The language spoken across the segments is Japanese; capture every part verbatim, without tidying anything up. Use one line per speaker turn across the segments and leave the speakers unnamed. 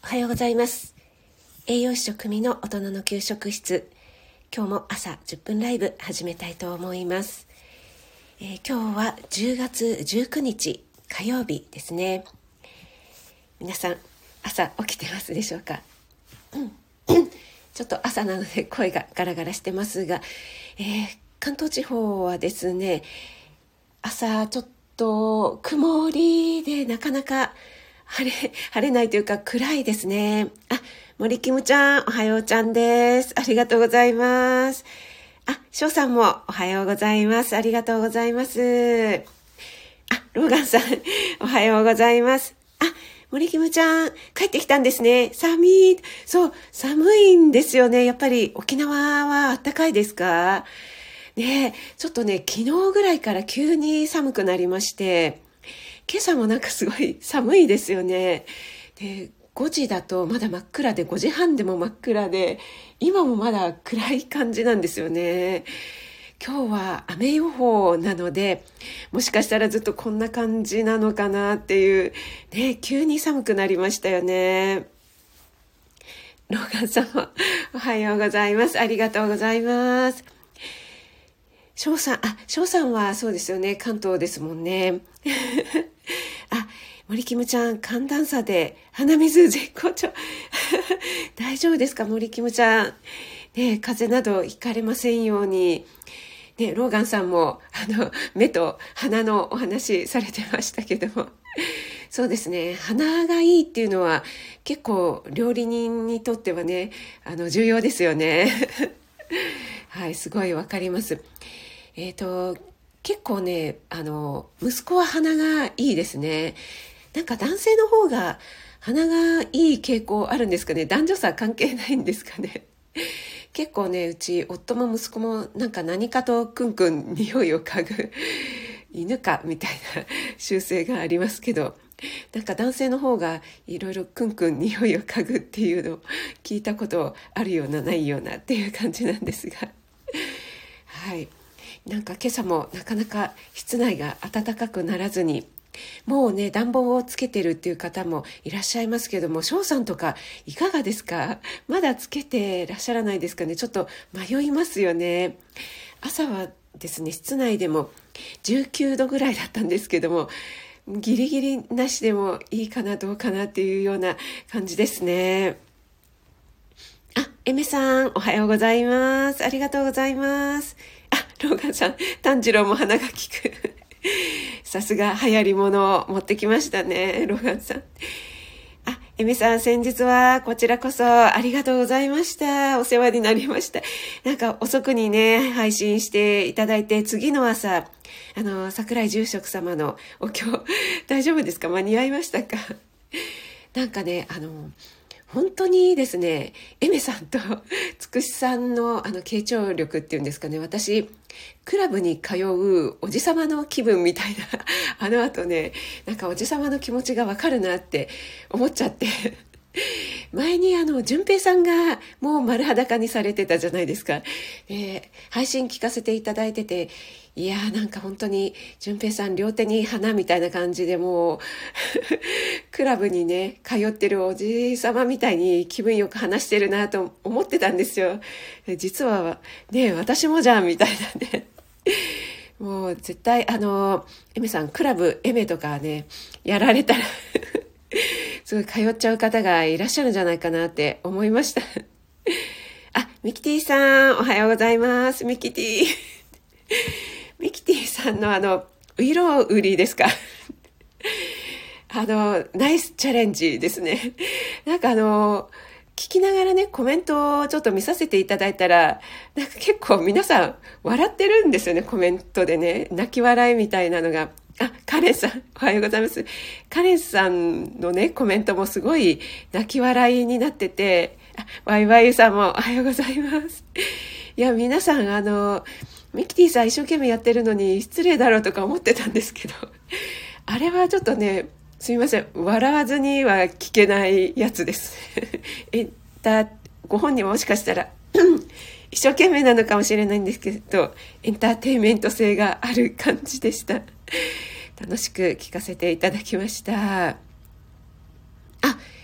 おはようございます。栄養士食味の大人の給食室。今日も朝じゅっぷんライブ始めたいと思います。えー、今日はじゅうがつじゅうくにち火曜日ですね。皆さん朝起きてますでしょうか？ちょっと朝なので声がガラガラしてますが、えー、関東地方はですね、朝ちょっと曇りでなかなか晴れ、晴れないというか暗いですね。あ、森キムちゃん、おはようちゃんです。ありがとうございます。あ、翔さんもおはようございます。ありがとうございます。あ、ローガンさん、おはようございます。あ、森キムちゃん、帰ってきたんですね。寒い。そう、寒いんですよね。やっぱり沖縄は暖かいですか？ねえ、ちょっとね、昨日ぐらいから急に寒くなりまして、今朝もなんかすごい寒いですよね。で、ごじだとまだ真っ暗で、ごじはんでも真っ暗で、今もまだ暗い感じなんですよね。今日は雨予報なので、もしかしたらずっとこんな感じなのかなっていう、ね、急に寒くなりましたよね。ローガンさんもおはようございます。ありがとうございます。翔さん、あ、翔さんはそうですよね。関東ですもんね。あ、森キムちゃん、寒暖差で鼻水絶好調。大丈夫ですか、森キムちゃん。ね、風邪などひかれませんように。ね、ローガンさんも、あの、目と鼻のお話されてましたけども。そうですね。鼻がいいっていうのは結構料理人にとってはね、あの、重要ですよね。はい、すごいわかります。えっと、結構ね、あの、息子は鼻がいいですね。なんか男性の方が鼻がいい傾向あるんですかね。男女差関係ないんですかね。結構ね、うち夫も息子もなんか何かとクンクン匂いを嗅ぐ犬かみたいな習性がありますけど、なんか男性の方がいろいろクンクン匂いを嗅ぐっていうのを聞いたことあるようなないようなっていう感じなんですが、はい。なんか今朝もなかなか室内が暖かくならずに、もうね、暖房をつけてるっていう方もいらっしゃいますけども、翔さんとかいかがですか？まだつけてらっしゃらないですかね。ちょっと迷いますよね。朝はですね、室内でもじゅうきゅうどぐらいだったんですけども、ギリギリなしでもいいかなどうかなっていうような感じですね。あ、エメさん、おはようございます。ありがとうございます。あ、ローガンさん、炭治郎も鼻が利く。さすが流行り物を持ってきましたね、ローガンさん。あ、エメさん、先日はこちらこそありがとうございました。お世話になりました。なんか遅くにね、配信していただいて、次の朝、あの、桜井住職様のお経、大丈夫ですか？間に合いましたか？なんかね、あの、本当にですね、エメさんとつくしさんのあの傾聴力っていうんですかね、私、クラブに通うおじさまの気分みたいな、あの後ね、なんかおじさまの気持ちがわかるなって思っちゃって、前にあの、淳平さんがもう丸裸にされてたじゃないですか。で、配信聞かせていただいてて、いやーなんか本当に淳平さん両手に花みたいな感じでもうクラブにね通ってるおじさまみたいに気分よく話してるなと思ってたんですよ。実はね私もじゃんみたいなね。もう絶対あのエメさんクラブエメとかねやられたらすごい通っちゃう方がいらっしゃるんじゃないかなって思いました。あ、ミキティさんおはようございます。ミキティミキティさんのあの、ウイロウリですか？あの、ナイスチャレンジですね。なんかあの、聞きながらね、コメントをちょっと見させていただいたら、なんか結構皆さん笑ってるんですよね、コメントでね。泣き笑いみたいなのが。あ、カレンさん、おはようございます。カレンさんのね、コメントもすごい泣き笑いになってて、あ、ワイワイさんもおはようございます。いや、皆さん、あの、ミキティさん一生懸命やってるのに失礼だろうとか思ってたんですけど、あれはちょっとね、すみません、笑わずには聞けないやつです。えだご本人ももしかしたら一生懸命なのかもしれないんですけど、エンターテインメント性がある感じでした。楽しく聞かせていただきました。あ、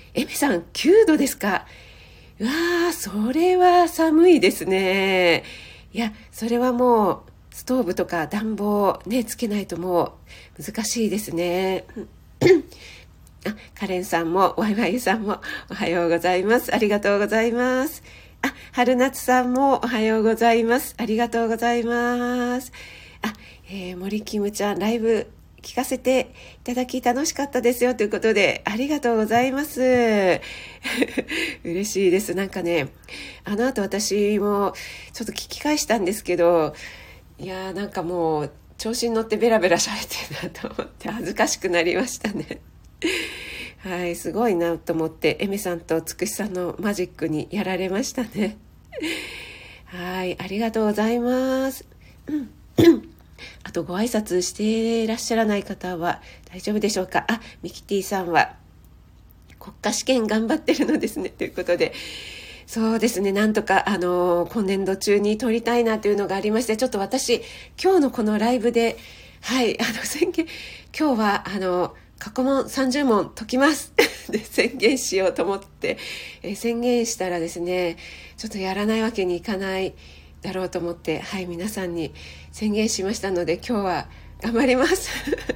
エメさんきゅうどですか。うわー、それは寒いですね。いや、それはもうストーブとか暖房ねつけないともう難しいですね。あ、カレンさんもワイワイさんもおはようございます。ありがとうございます。あ、春夏さんもおはようございます。ありがとうございます。あ、えー、森キムちゃんライブ聞かせていただき楽しかったですよということで、ありがとうございます。嬉しいです。なんかね、あの後私もちょっと聞き返したんですけど、いやーなんかもう調子に乗ってベラベラ喋ってるなと思って恥ずかしくなりましたね。はい、すごいなと思ってエメさんとつくしさんのマジックにやられましたね。はい、ありがとうございます。うんあとご挨拶していらっしゃらない方は大丈夫でしょうか。あ、ミキティさんは国家試験頑張ってるのですねということで、そうですね、なんとかあの今年度中に撮りたいなというのがありまして、ちょっと私今日のこのライブではいあの宣言、今日はあの過去問さんじゅう問解きますで宣言しようと思って、えー、宣言したらですね、ちょっとやらないわけにいかないだろうと思って、はい、皆さんに宣言しましたので今日は頑張ります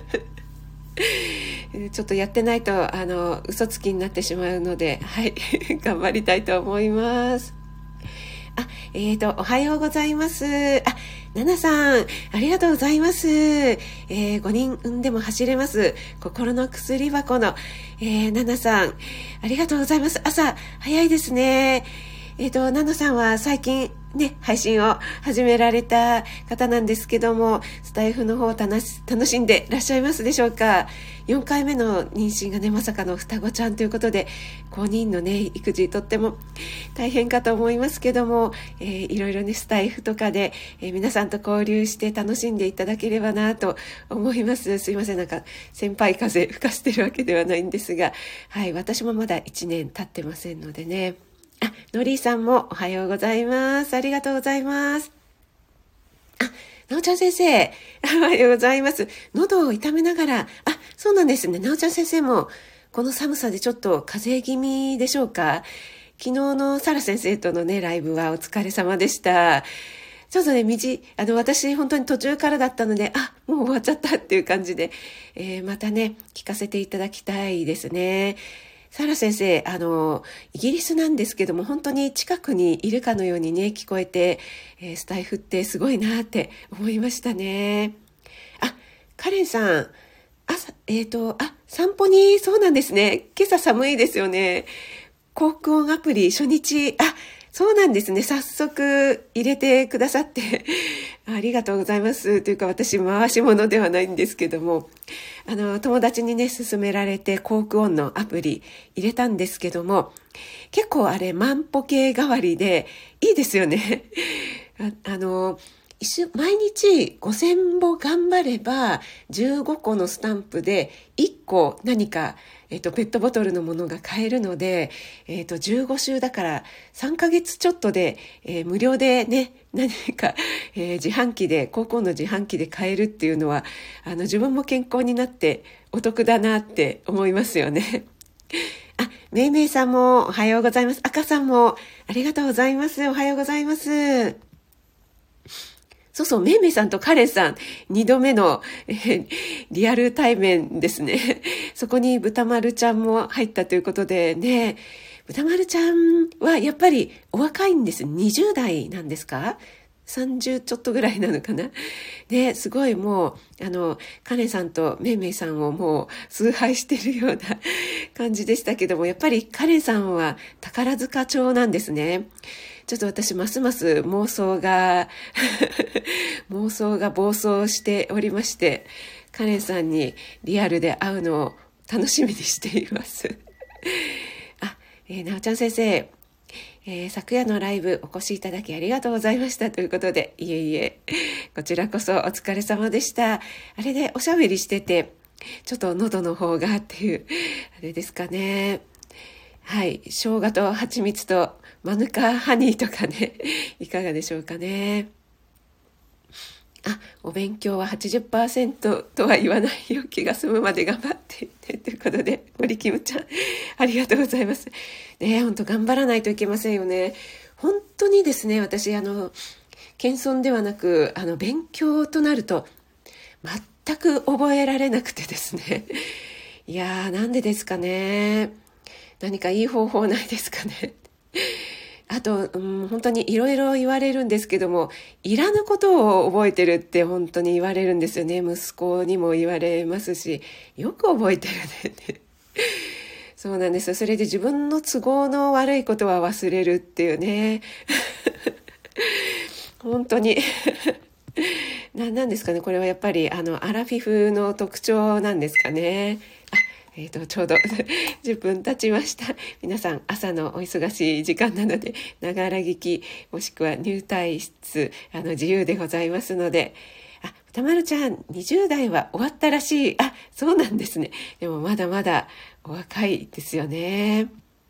ちょっとやってないとあの嘘つきになってしまうので、はい頑張りたいと思います。あ、えーと、おはようございます。あ、ナナさん、ありがとうございます。えー、ごにん産んでも走れます。心の薬箱の、えー、ナナさん、ありがとうございます。朝、早いですね。えーと、ナナさんは最近ね、配信を始められた方なんですけども、スタイフの方を楽し、楽しんでいらっしゃいますでしょうか。よんかいめの妊娠がね、まさかの双子ちゃんということで、ごにんのね、育児とっても大変かと思いますけども、えー、いろいろね、スタイフとかで、えー、皆さんと交流して楽しんでいただければなと思います。すいません、なんか先輩風吹かしてるわけではないんですが、はい、私もまだいちねん経ってませんのでね。あ、のりーさんもおはようございます。ありがとうございます。あ、なおちゃん先生、おはようございます。喉を痛めながら、あ、そうなんですね。なおちゃん先生も、この寒さでちょっと風邪気味でしょうか。昨日のサラ先生とのね、ライブはお疲れ様でした。ちょっとね、短い、あの、私本当に途中からだったので、あ、もう終わっちゃったっていう感じで、えー、またね、聞かせていただきたいですね。サラ先生、あの、イギリスなんですけども、本当に近くにいるかのようにね、聞こえて、えー、スタイフってすごいなって思いましたね。あ、カレンさん、朝、えっと、あ、散歩に、そうなんですね。今朝寒いですよね。航空音アプリ初日、あ、そうなんですね。早速入れてくださってありがとうございます。というか私回し物ではないんですけども、あの友達にね勧められて航空音のアプリ入れたんですけども、結構あれ万歩計代わりでいいですよね。あ、あの毎日ごせんぼ頑張ればじゅうごこのスタンプでいっこ何か、えっと、ペットボトルのものが買えるので、えっと、じゅうご週だからさんかげつちょっとで、えー、無料でね何か、えー、自販機で高校の自販機で買えるっていうのはあの自分も健康になってお得だなって思いますよね。あ、めいめいさんもおはようございます。赤さんもありがとうございます。おはようございます。そうそう、めいめいさんとカレンさん、二度目の、えー、リアル対面ですね。そこに豚丸ちゃんも入ったということでね、豚丸ちゃんはやっぱりお若いんです。にじゅう代なんですか？さんじゅうちょっとぐらいなのかな。ね、すごいもう、あの、カレンさんとめいめいさんをもう崇拝してるような感じでしたけども、やっぱりカレンさんは宝塚町なんですね。ちょっと私ますます妄想が妄想が暴走しておりまして、カレンさんにリアルで会うのを楽しみにしていますあ、えー、なおちゃん先生、えー、昨夜のライブお越しいただきありがとうございましたということで、いえいえこちらこそお疲れ様でした。あれでおしゃべりしててちょっと喉の方がっていうあれですかね。はい、生姜と蜂蜜とマヌカハニーとかねいかがでしょうかね。あ、 お勉強は はちじゅっパーセント とは言わないよ、気が済むまで頑張ってってということで、森キムちゃんありがとうございますね。本当頑張らないといけませんよね。本当にですね、私あの謙遜ではなく、あの勉強となると全く覚えられなくてですね、いやーなんでですかね。何かいい方法ないですかね。あと、うん、本当にいろいろ言われるんですけども、いらぬことを覚えてるって本当に言われるんですよね。息子にも言われますし、よく覚えてるねってそうなんですよ。それで自分の都合の悪いことは忘れるっていうね本当にななんですかね。これはやっぱりあのアラフィフの特徴なんですかね。あえー、とちょうどじゅっぷん経ちました。皆さん朝のお忙しい時間なので、ながら聞きもしくは入退室あの自由でございますので、あ歌丸ちゃんにじゅう代は終わったらしい。あそうなんですね。でもまだまだお若いですよね。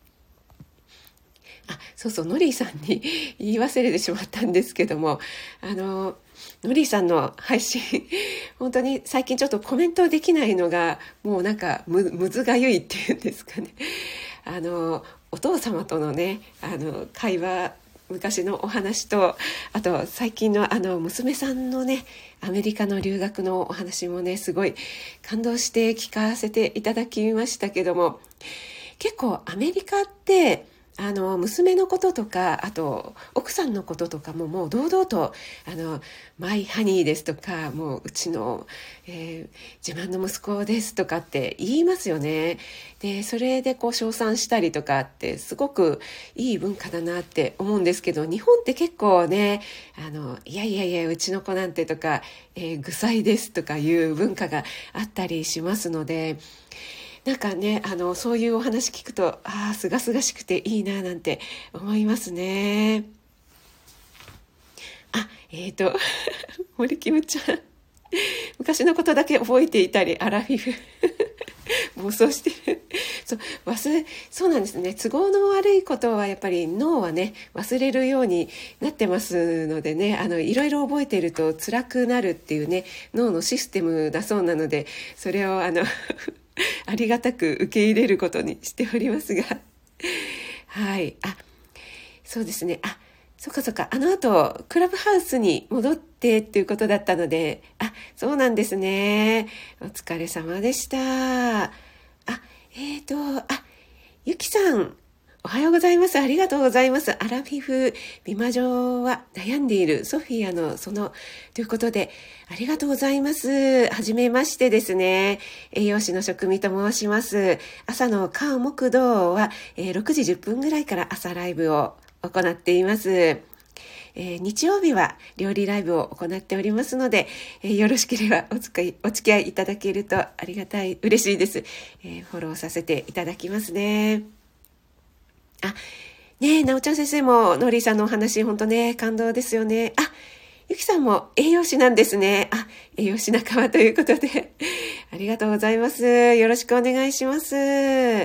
あそうそう、ノリーさんに言い忘れてしまったんですけども、あのノリーさんの配信本当に最近ちょっとコメントできないのがもうなんか む, むずがゆいっていうんですかね。あのお父様とのねあの会話、昔のお話と、あと最近のあの娘さんのねアメリカの留学のお話もねすごい感動して聞かせていただきましたけども、結構アメリカってあの娘のこととか、あと奥さんのこととかももう堂々とあのマイハニーですとか、もううちの、えー、自慢の息子ですとかって言いますよね。でそれでこう称賛したりとかってすごくいい文化だなって思うんですけど、日本って結構ねあのいやいやいやうちの子なんてとか、えー、愚妻ですとかいう文化があったりしますので、なんかねあのそういうお話聞くと、ああすがすがしくていいななんて思いますね。あえっ、ー、と森キムちゃん昔のことだけ覚えていたり、アラフィフ暴走してるそう忘れそうなんですね。都合の悪いことはやっぱり脳はね忘れるようになってますのでね、あのいろいろ覚えていると辛くなるっていうね脳のシステムだそうなので、それをあのありがたく受け入れることにしておりますがはいあそうですねあそっかそっかあの後クラブハウスに戻ってっていうことだったので、あそうなんですね。お疲れ様でした。あえーとあゆきさんおはようございます。ありがとうございます。アラフィフ美魔女は悩んでいるソフィアのそのということで、ありがとうございます。はじめましてですね。栄養士の食味と申します。朝の火木土は、えー、ろくじじゅっぷんぐらいから朝ライブを行っています。えー、日曜日は料理ライブを行っておりますので、えー、よろしければお付き合い、お付き合いいただけるとありがたい、嬉しいです。えー、フォローさせていただきますね。あ、ねえ、なおちゃん先生もノーリーさんのお話本当ね感動ですよね。あ、ゆきさんも栄養士なんですね。あ、栄養士仲間ということでありがとうございます。よろしくお願いします。はい、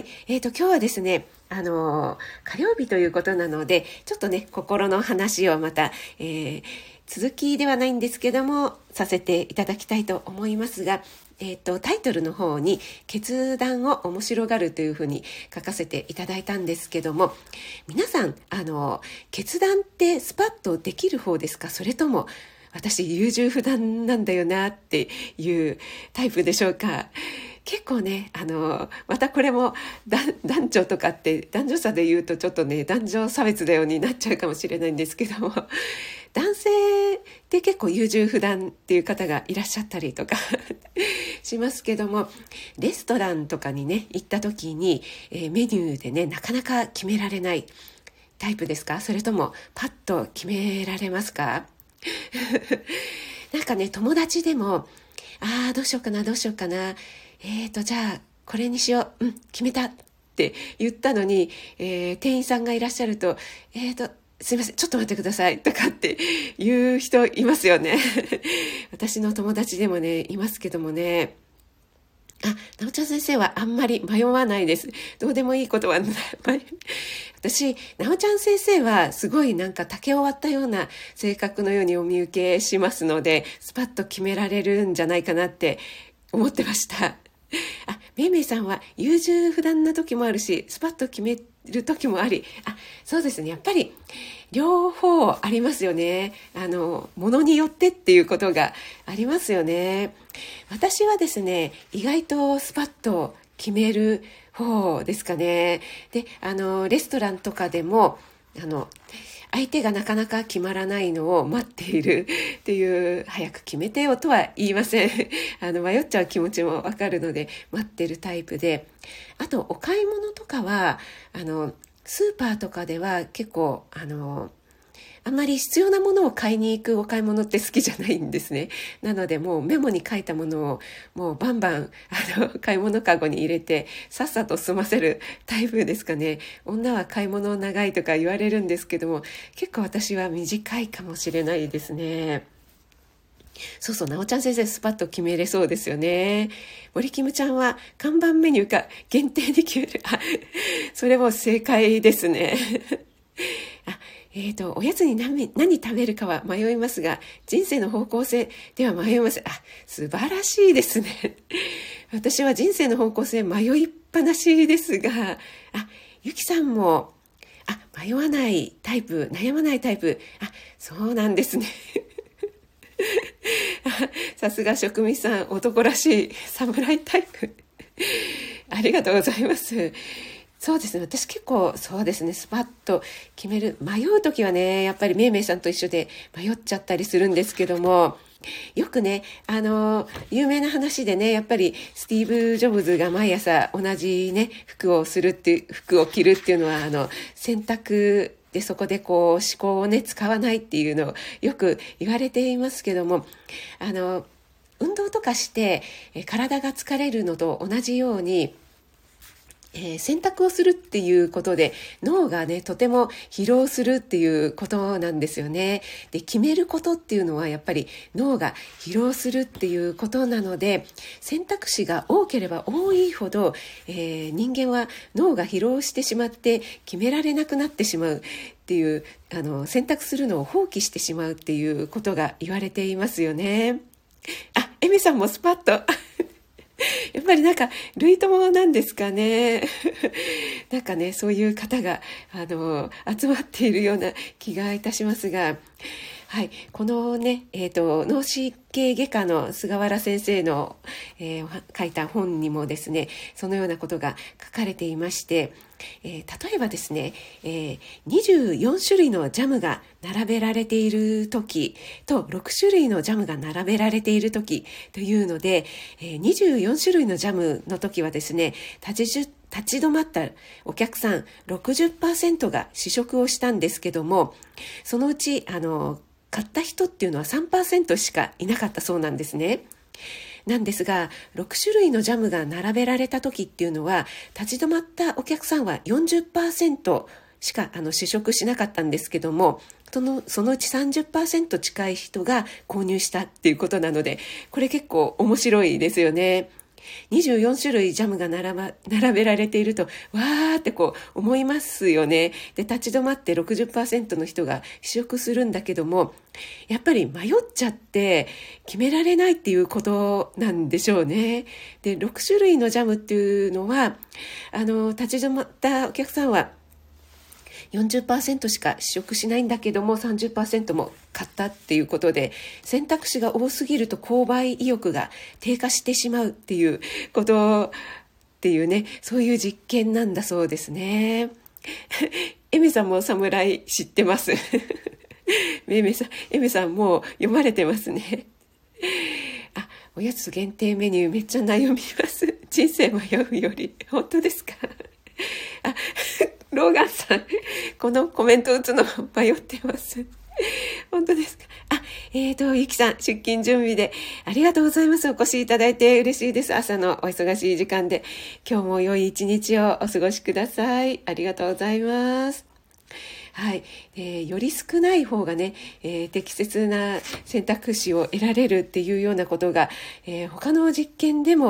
えーと今日はですね。あの火曜日ということなのでちょっとね心の話をまた、えー、続きではないんですけどもさせていただきたいと思いますが、えーと、タイトルの方に決断を面白がるというふうに書かせていただいたんですけども、皆さんあの決断ってスパッとできる方ですか、それとも私優柔不断なんだよなっていうタイプでしょうか。結構ねあのまたこれも男女とかって男女差で言うとちょっとね男女差別だようになっちゃうかもしれないんですけども、男性って結構優柔不断っていう方がいらっしゃったりとかしますけども、レストランとかにね行った時に、えー、メニューでねなかなか決められないタイプですか、それともパッと決められますかなんかね友達でもあーどうしようかなどうしようかなえーとじゃあこれにしよう、うん決めたって言ったのに、えー、店員さんがいらっしゃるとえーとすいませんちょっと待ってくださいとかって言う人いますよね私の友達でもねいますけどもね、 あ、なおちゃん先生はあんまり迷わないです。どうでもいいことはない。私、なおちゃん先生はすごいなんか竹を割ったような性格のようにお見受けしますので、スパッと決められるんじゃないかなって思ってました。あ、めいめいさんは優柔不断な時もあるし、スパッと決める時もあり、あ、そうですね。やっぱり両方ありますよね。あの、ものによってっていうことがありますよね。私はですね、意外とスパッと決める方ですかね。で、あの、レストランとかでも、あの、相手がなかなか決まらないのを待っているっていう、早く決めてよとは言いません。あの、迷っちゃう気持ちもわかるので、待ってるタイプで。あと、お買い物とかは、あの、スーパーとかでは結構、あの、あんまり必要なものを買いに行くお買い物って好きじゃないんですね。なのでもうメモに書いたものをもうバンバンあの買い物かごに入れてさっさと済ませるタイプですかね。女は買い物長いとか言われるんですけども、結構私は短いかもしれないですね。そうそう、なおちゃん先生スパッと決めれそうですよね。森キムちゃんは看板メニューか限定で決める。あ、それも正解ですね。あ、えーと、おやつに何、何食べるかは迷いますが、人生の方向性では迷いません。あ、素晴らしいですね。私は人生の方向性迷いっぱなしですが、あ、ゆきさんも、あ、迷わないタイプ、悩まないタイプ。あ、そうなんですね。さすが職味さん、男らしい侍タイプ。ありがとうございます。そうですね。私結構そうですね。スパッと決める。迷うときはね、やっぱりめいめいさんと一緒で迷っちゃったりするんですけども、よくね、あの、有名な話でね、やっぱりスティーブ・ジョブズが毎朝同じね、服をするっていう、服を着るっていうのは、あの、選択でそこでこう思考をね、使わないっていうのをよく言われていますけども、あの、運動とかしてえ体が疲れるのと同じように、えー選択をするっていうことで脳がねとても疲労するっていうことなんですよね。で、決めることっていうのはやっぱり脳が疲労するっていうことなので、選択肢が多ければ多いほど、えー人間は脳が疲労してしまって決められなくなってしまうっていう、あの選択するのを放棄してしまうっていうことが言われていますよね。あ、エミさんもスパッとやっぱりなんか類友なんですかね。なんかね、そういう方があの集まっているような気がいたしますが、はい、このね、えーと、脳神経外科の菅原先生の、えー書いた本にもですね、そのようなことが書かれていまして、えー例えばですね、えーにじゅうよん種類のジャムが並べられている時とろく種類のジャムが並べられている時というので、えーにじゅうよん種類のジャムの時はですね、立ち立ち止まったお客さん ろくじゅっパーセント が試食をしたんですけども、そのうちあの買った人っていうのは さんパーセント しかいなかったそうなんですね。なんですが、ろく種類のジャムが並べられた時っていうのは、立ち止まったお客さんは よんじゅっパーセント しかあの試食しなかったんですけども、その、そのうち さんじゅっパーセント 近い人が購入したっていうことなので、これ結構面白いですよね。にじゅうよん種類ジャムが並ば、並べられていると、わーってこう思いますよね。で、立ち止まって ろくじゅっパーセント の人が試食するんだけども、やっぱり迷っちゃって決められないっていうことなんでしょうね。で、ろく種類のジャムっていうのは、あの、立ち止まったお客さんは、よんじゅっパーセント しか試食しないんだけども さんじゅっパーセント も買ったっていうことで、選択肢が多すぎると購買意欲が低下してしまうっていうことっていうね、そういう実験なんだそうですね。エミさんも侍知ってます。エミさん、エミさんもう読まれてますね。あ、おやつ限定メニューめっちゃ悩みます。人生迷うより。本当ですか？あ、ローガンさん、このコメント打つの迷ってます。本当ですか？あ、えーと、ゆきさん、出勤準備でありがとうございます。お越しいただいて嬉しいです。朝のお忙しい時間で。今日も良い一日をお過ごしください。ありがとうございます。はい、えー、より少ない方がね、えー、適切な選択肢を得られるっていうようなことが、えー、他の実験でも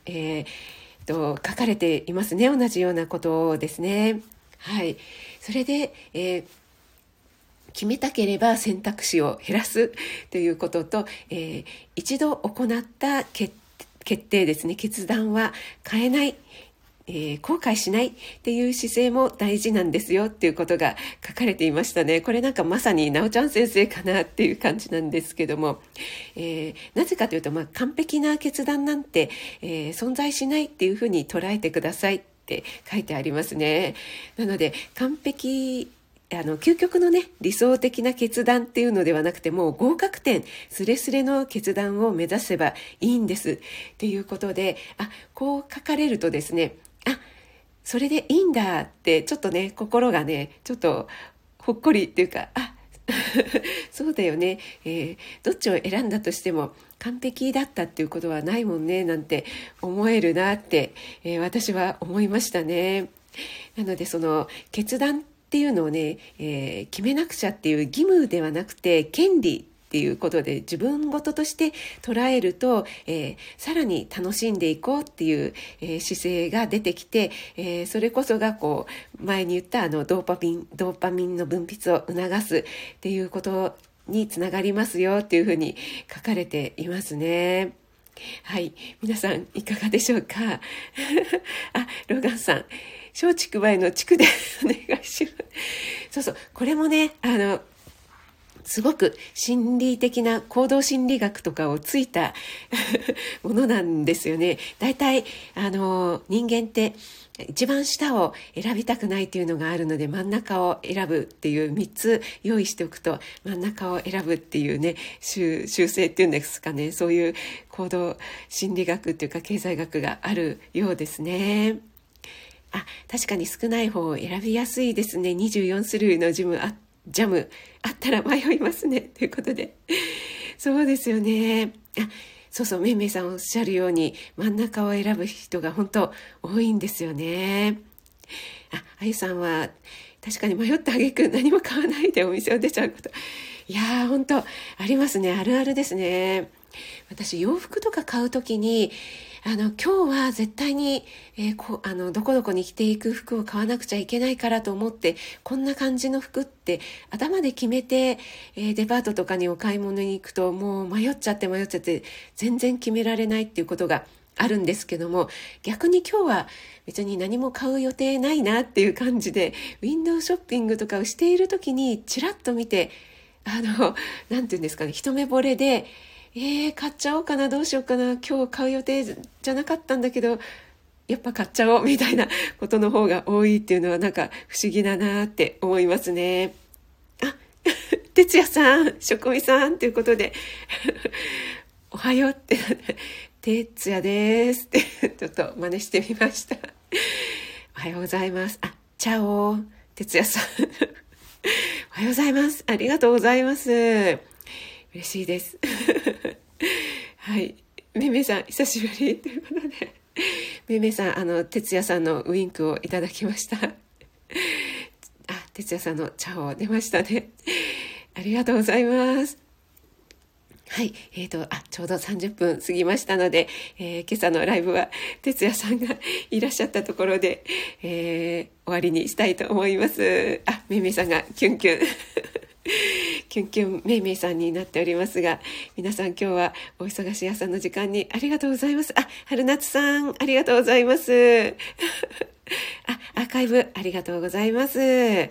えー、と書かれていますね。同じようなことですね。はい。それで、えー決めたければ選択肢を減らすということと、えー、一度行った決、決定ですね、決断は変えない、えー、後悔しないっていう姿勢も大事なんですよっていうことが書かれていましたね。これなんかまさになおちゃん先生かなっていう感じなんですけども、えー、なぜかというと、まあ、完璧な決断なんて、えー、存在しないっていうふうに捉えてくださいって書いてありますね。なので完璧あの究極のね理想的な決断っていうのではなくて、もう合格点スレスレの決断を目指せばいいんですっていうことで、あこう書かれるとですね、あそれでいいんだってちょっとね心がねちょっとほっこりっていうか、あそうだよね、えー、どっちを選んだとしても完璧だったっていうことはないもんねなんて思えるなって、えー、私は思いましたね。なのでその決断っていうのをね、えー、決めなくちゃっていう義務ではなくて権利っていうことで自分事として捉えると、えー、さらに楽しんでいこうっていう、えー、姿勢が出てきて、えー、それこそがこう前に言ったあのドーパミン、ドーパミンの分泌を促すっていうことにつながりますよっていうふうに書かれていますね。はい、皆さんいかがでしょうか。あ、ローガンさん、松竹梅の竹でお願いします。そうそう、これもね、あのすごく心理的な行動心理学とかをついたものなんですよね。だいたいあの人間って一番下を選びたくないっていうのがあるので、真ん中を選ぶっていうみっつ用意しておくと真ん中を選ぶっていうね習性っていうんですかね、そういう行動心理学っていうか経済学があるようですね。あ、確かに少ない方を選びやすいですね。にじゅうよん種類のジムあジャムあったら迷いますねということで、そうですよね。あ、そうそう、めいめいさんおっしゃるように真ん中を選ぶ人が本当多いんですよね。あ、あゆさんは確かに迷った挙句何も買わないでお店を出ちゃうこと、いやー本当ありますね。あるあるですね。私洋服とか買うときにあの今日は絶対に、えー、こあのどこどこに着ていく服を買わなくちゃいけないからと思って、こんな感じの服って頭で決めて、えー、デパートとかにお買い物に行くともう迷っちゃって迷っちゃって全然決められないっていうことがあるんですけども、逆に今日は別に何も買う予定ないなっていう感じでウィンドウショッピングとかをしている時にちらっと見て、あのなんていうんですかね、一目惚れでえー、買っちゃおうかな、どうしようかな、今日買う予定じゃなかったんだけどやっぱ買っちゃおうみたいなことの方が多いっていうのはなんか不思議だなって思いますね。あ、哲也さん、職味さんということでおはようって哲也ですってちょっと真似してみました。おはようございます。あ、チャオ哲也さんおはようございます。ありがとうございます。嬉しいですはい、めめさん久しぶりということで、めめさんあの哲也さんのウインクをいただきました。あ、哲也さんの茶を出ましたね。ありがとうございます。はい、えーと、あ、ちょうどさんじゅっぷん過ぎましたので、えー、今朝のライブは哲也さんがいらっしゃったところで、えー、終わりにしたいと思います。あ、めめさんがキュンキュンキュンキュンめいめいさんになっておりますが、皆さん今日はお忙しい朝の時間にありがとうございます。あ、春夏さんありがとうございますあ、アーカイブありがとうございます。はい、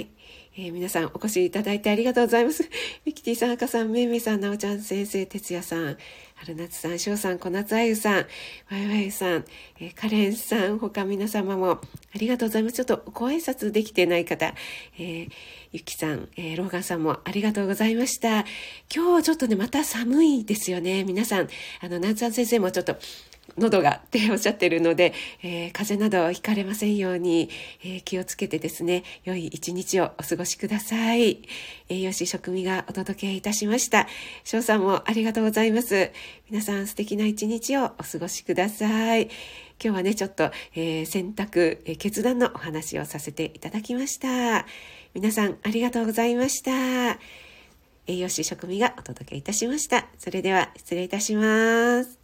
えー、皆さんお越しいただいてありがとうございます。ミキティさん、赤さん、めいめいさん、なおちゃん先生、哲也さん、春夏さん、しょうさん、小夏あゆさん、わいわいさん、えー、カレンさん、他皆様もありがとうございます。ちょっとご挨拶できてない方、えー、ゆきさん、えー、ローガンさんもありがとうございました。今日ちょっとね、また寒いですよね。皆さん、あの、なつあん先生もちょっと、喉がっておっしゃっているので、えー、風邪などひかれませんように、えー、気をつけてですね、良い一日をお過ごしください。栄養士食味がお届けいたしました。翔さんもありがとうございます。皆さん素敵な一日をお過ごしください。今日はね、ちょっと、えー、選択、えー、決断のお話をさせていただきました。皆さんありがとうございました。栄養士食味がお届けいたしました。それでは失礼いたします。